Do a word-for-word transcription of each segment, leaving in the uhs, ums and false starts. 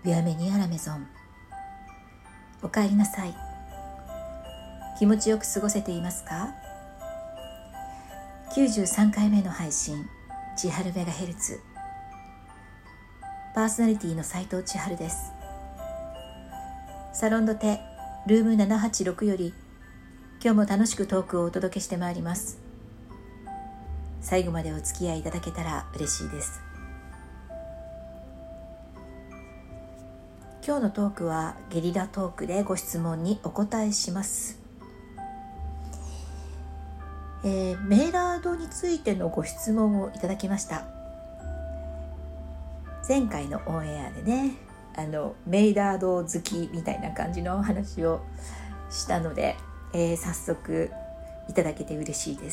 ビアメニアラメゾン。おかえりなさい。気持ちよく過ごせていますか？きゅうじゅうさんかいめの配信、千春メガヘルツ。パーソナリティの斉藤千春です。サロンドテルームななはちろくより今日も楽しくトークをお届けしてまいります。最後までお付き合いいただけたら嬉しいです。今日のトークはゲリラトークでご質問にお答えします。えー、メイラードについてのご質問をいただきました。前回のオンエアでね、あのメイラード好きみたいな感じの話をしたので、えー、早速いただけて嬉しいです。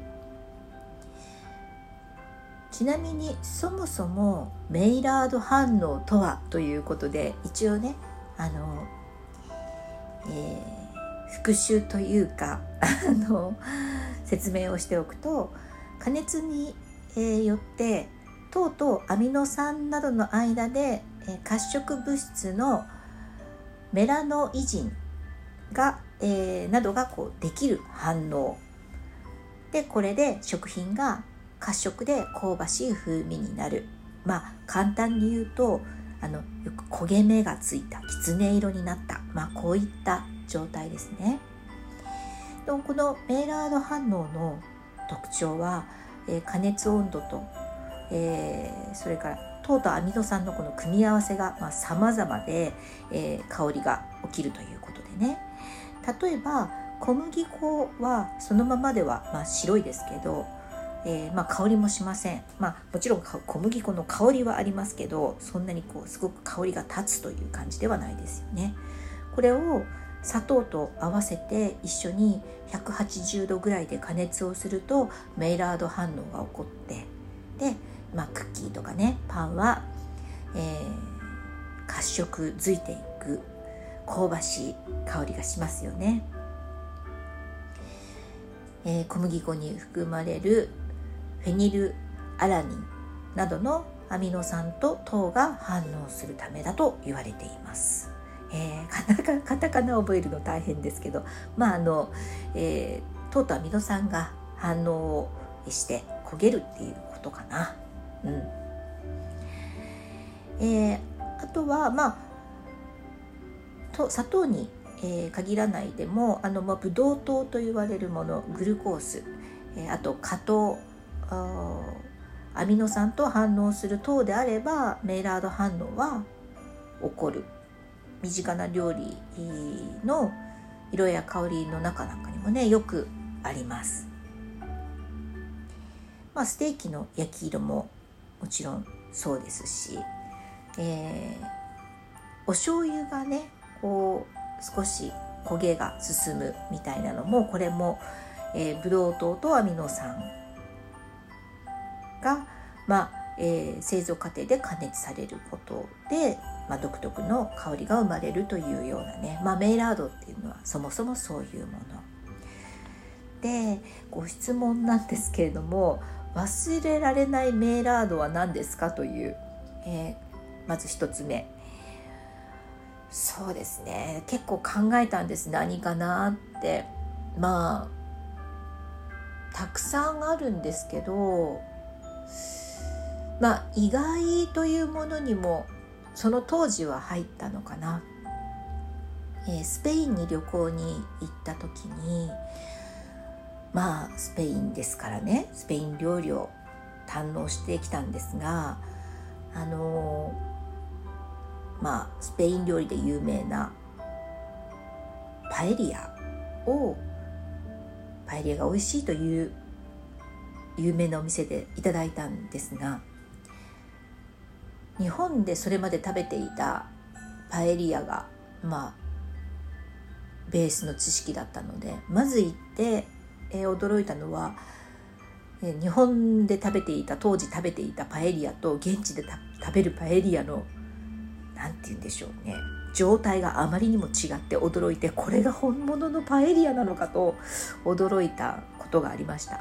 ちなみにそもそもメイラード反応とはということで、一応ねあの、えー、復習というかあの説明をしておくと、加熱に、えー、よって糖とアミノ酸などの間で、えー、褐色物質のメラノイジンが、えー、などがこうできる反応で、これで食品が褐色で香ばしい風味になる。まあ簡単に言うと、あのよく焦げ目がついた、きつね色になった、まあこういった状態ですね。でこのメイラード反応の特徴は、えー、加熱温度と、えー、それから糖とアミノ酸のこの組み合わせが、まあ、様々で、えー、香りが起きるということでね。例えば小麦粉はそのままでは、まあ、白いですけど、えーまあ、香りもしません。まあ、もちろん小麦粉の香りはありますけど、そんなにこうすごく香りが立つという感じではないですよね。これを砂糖と合わせて一緒にひゃくはちじゅうどぐらいで加熱をするとメイラード反応が起こって、で、まあ、クッキーとかねパンは、えー、褐色づいていく香ばしい香りがしますよね。えー、小麦粉に含まれるフェニルアラニンなどのアミノ酸と糖が反応するためだと言われています。えー、カタカナを覚えるの大変ですけど、まああの、えー、糖とアミノ酸が反応をして焦げるっていうことかな。うん。えー、あとはまあと砂糖に、えー、限らないでも、あのまあブドウ糖と言われるもの、グルコース、えー、あと果糖、アミノ酸と反応する糖であればメイラード反応は起こる。身近な料理の色や香りの中なんかにもねよくあります。まあ、ステーキの焼き色ももちろんそうですし、えー、お醤油がねこう少し焦げが進むみたいなのも、これも、えー、ブドウ糖とアミノ酸が、まあえー、製造過程で加熱されることで、まあ、独特の香りが生まれるというようなね、まあ、メイラードっていうのはそもそもそういうもので、ご質問なんですけれども、忘れられないメイラードは何ですかという、えー、まず一つ目。そうですね、結構考えたんです。何かなって。まあたくさんあるんですけど、まあ意外というものにもその当時は入ったのかな。えー、スペインに旅行に行った時に、まあスペインですからね、スペイン料理を堪能してきたんですが、あのー、まあスペイン料理で有名なパエリアをパエリアが美味しいという有名なお店でいただいたんですが、日本でそれまで食べていたパエリアがまあベースの知識だったので、まず行って、えー、驚いたのは、えー、日本で食べていた当時食べていたパエリアと現地で食べるパエリアのなんて言うんでしょうね、状態があまりにも違って驚いて、これが本物のパエリアなのかと驚いたことがありました。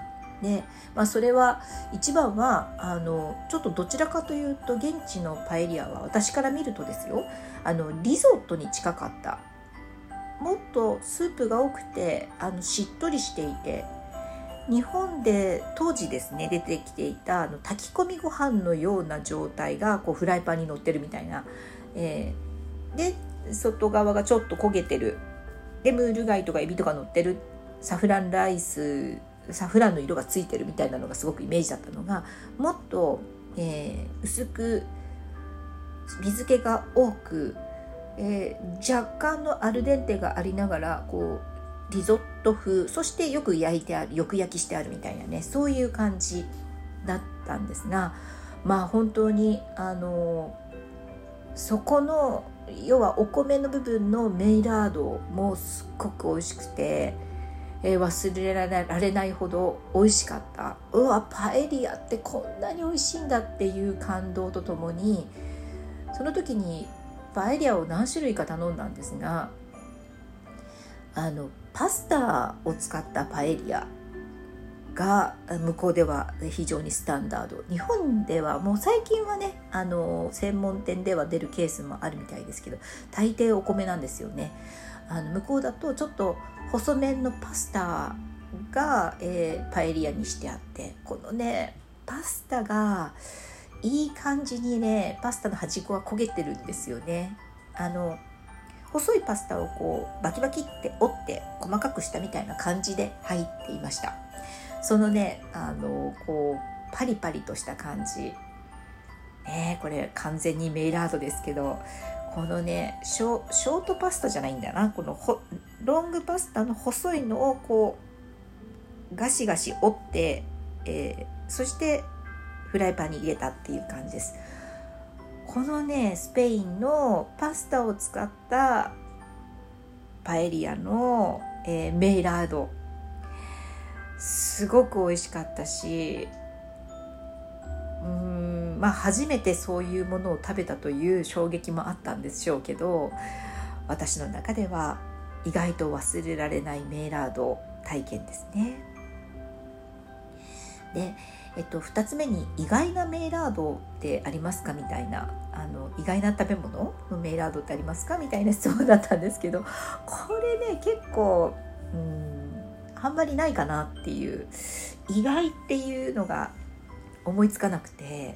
で、まあ、それは一番はあのちょっとどちらかというと現地のパエリアは私から見るとですよ、あのリゾットに近かった。もっとスープが多くてあのしっとりしていて、日本で当時ですね出てきていたあの炊き込みご飯のような状態がこうフライパンに乗ってるみたいな、えー、で外側がちょっと焦げてる、でムール貝とかエビとか乗ってる、サフランライス、サフランの色がついてるみたいなのがすごくイメージだったのが、もっと、えー、薄く水気が多く、えー、若干のアルデンテがありながらこうリゾット風、そしてよく焼いてある、よく焼きしてあるみたいなね、そういう感じだったんですが、まあ本当にあのそこの要はお米の部分のメイラードもすっごく美味しくて、えー、忘れられないほど美味しかった。うわ、パエリアってこんなに美味しいんだっていう感動とともに、その時にパエリアを何種類か頼んだんですが、あのパスタを使ったパエリアが向こうでは非常にスタンダード。日本ではもう最近はね、あの専門店では出るケースもあるみたいですけど、大抵お米なんですよね。あの向こうだとちょっと細麺のパスタが、えー、パエリアにしてあって、このねパスタがいい感じにね、パスタの端っこが焦げてるんですよね。あの細いパスタをこうバキバキって折って細かくしたみたいな感じで入っていました。そのね、あのこうパリパリとした感じ、ね、これ完全にメイラードですけど、このねショ、ショートパスタじゃないんだよな、このほロングパスタの細いのをこうガシガシ折って、えー、そしてフライパンに入れたっていう感じです。このねスペインのパスタを使ったパエリアの、えー、メイラード、すごく美味しかったし、うーんまあ初めてそういうものを食べたという衝撃もあったんでしょうけど、私の中では意外と忘れられないメイラード体験ですね。で、えっと、ふたつめに意外なメイラードってありますかみたいな、あの意外な食べ物のメイラードってありますかみたいな質問だったんですけど、これね結構うーんあんまりないかなっていう、意外っていうのが思いつかなくて、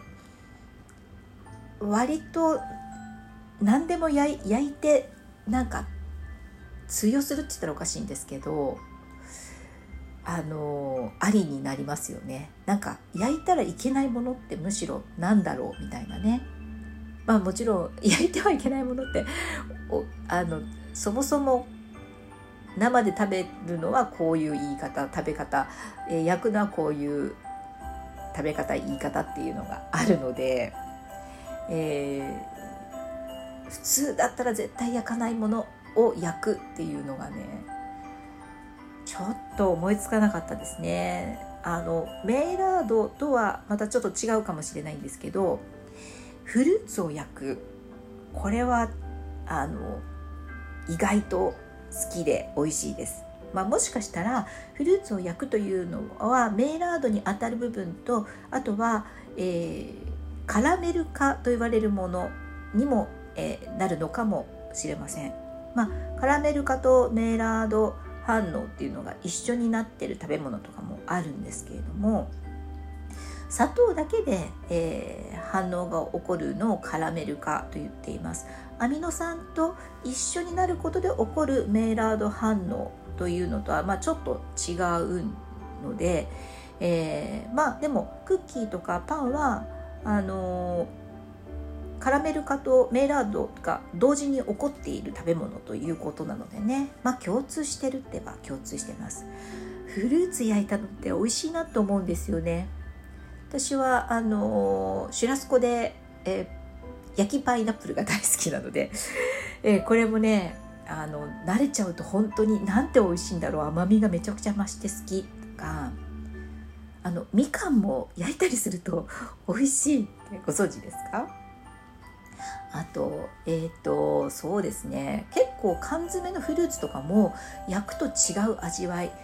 割と何でも焼い、焼いてなんか通用するって言ったらおかしいんですけど、あのありになりますよね。なんか焼いたらいけないものってむしろなんだろうみたいなね。まあもちろん焼いてはいけないものっておあのそもそも生で食べるのはこういう言い方、食べ方、えー、焼くのはこういう食べ方、言い方っていうのがあるので、えー、普通だったら絶対焼かないものを焼くっていうのがね、ちょっと思いつかなかったですね。あのメイラードとはまたちょっと違うかもしれないんですけど、フルーツを焼く、これはあの意外と好きで美味しいです。まあ、もしかしたらフルーツを焼くというのはメイラードに当たる部分と、あとは、えー、カラメル化と言われるものにも、えー、なるのかもしれません。まあ、カラメル化とメイラード反応っていうのが一緒になってる食べ物とかもあるんですけれども、砂糖だけで、えー、反応が起こるのをカラメル化と言っています。アミノ酸と一緒になることで起こるメイラード反応というのとは、まあ、ちょっと違うので、えー、まあでもクッキーとかパンはあのー、カラメル化とメイラードが同時に起こっている食べ物ということなのでね、まあ共通してるってば共通してます。フルーツ焼いたのって美味しいなと思うんですよね。私はあのー、シュラスコで、えー、焼きパイナップルが大好きなので、えー、これもねあの慣れちゃうと本当になんて美味しいんだろう、甘みがめちゃくちゃ増して好きとか、あのみかんも焼いたりすると美味しいってご存知ですか？あとえっとそうですね、結構缶詰のフルーツとかも焼くと違う味わい。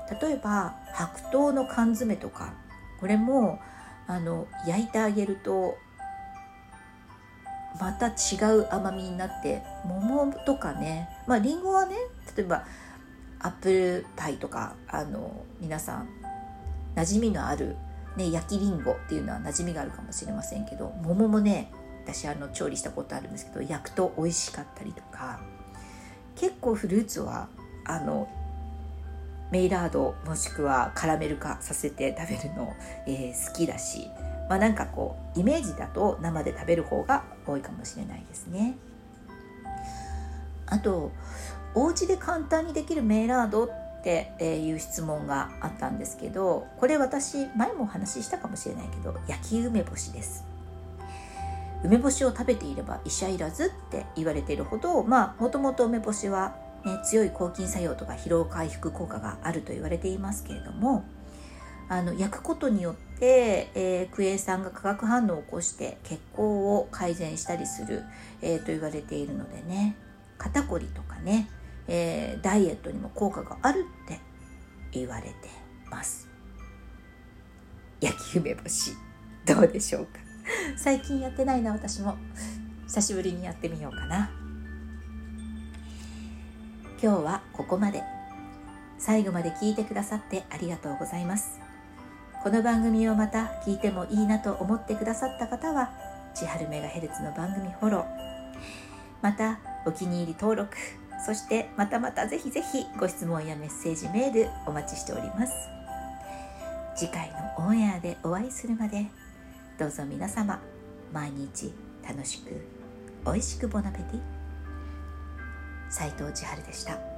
例えば白桃の缶詰とか、これもあの焼いてあげるとまた違う甘みになって、桃とかね、まあリンゴはね、例えばアップルパイとか、あの皆さん馴染みのある、ね、焼きリンゴっていうのは馴染みがあるかもしれませんけど、桃もね、私あの調理したことあるんですけど、焼くと美味しかったりとか、結構フルーツはあのメイラードもしくはカラメル化させて食べるの、えー、好きだし、まあなんかこうイメージだと生で食べる方が多いかもしれないですね。あとお家で簡単にできるメイラードっていう質問があったんですけど、これ私前もお話ししたかもしれないけど、焼き梅干しです。梅干しを食べていれば医者いらずって言われているほど、まあもともと梅干しは、ね、強い抗菌作用とか疲労回復効果があると言われていますけれども、あの焼くことによって、えー、クエン酸が化学反応を起こして血行を改善したりする、えー、と言われているのでね、肩こりとかね、えー、ダイエットにも効果があるって言われてます。焼き梅干しどうでしょうか。最近やってないな、私も久しぶりにやってみようかな。今日はここまで。最後まで聞いてくださってありがとうございます。この番組をまた聞いてもいいなと思ってくださった方は、千春メガヘルツの番組フォロー、またお気に入り登録、そしてまたまたぜひぜひご質問やメッセージメールお待ちしております。次回のオンエアでお会いするまで、どうぞ皆様毎日楽しくおいしくボナペティ。斉藤千春でした。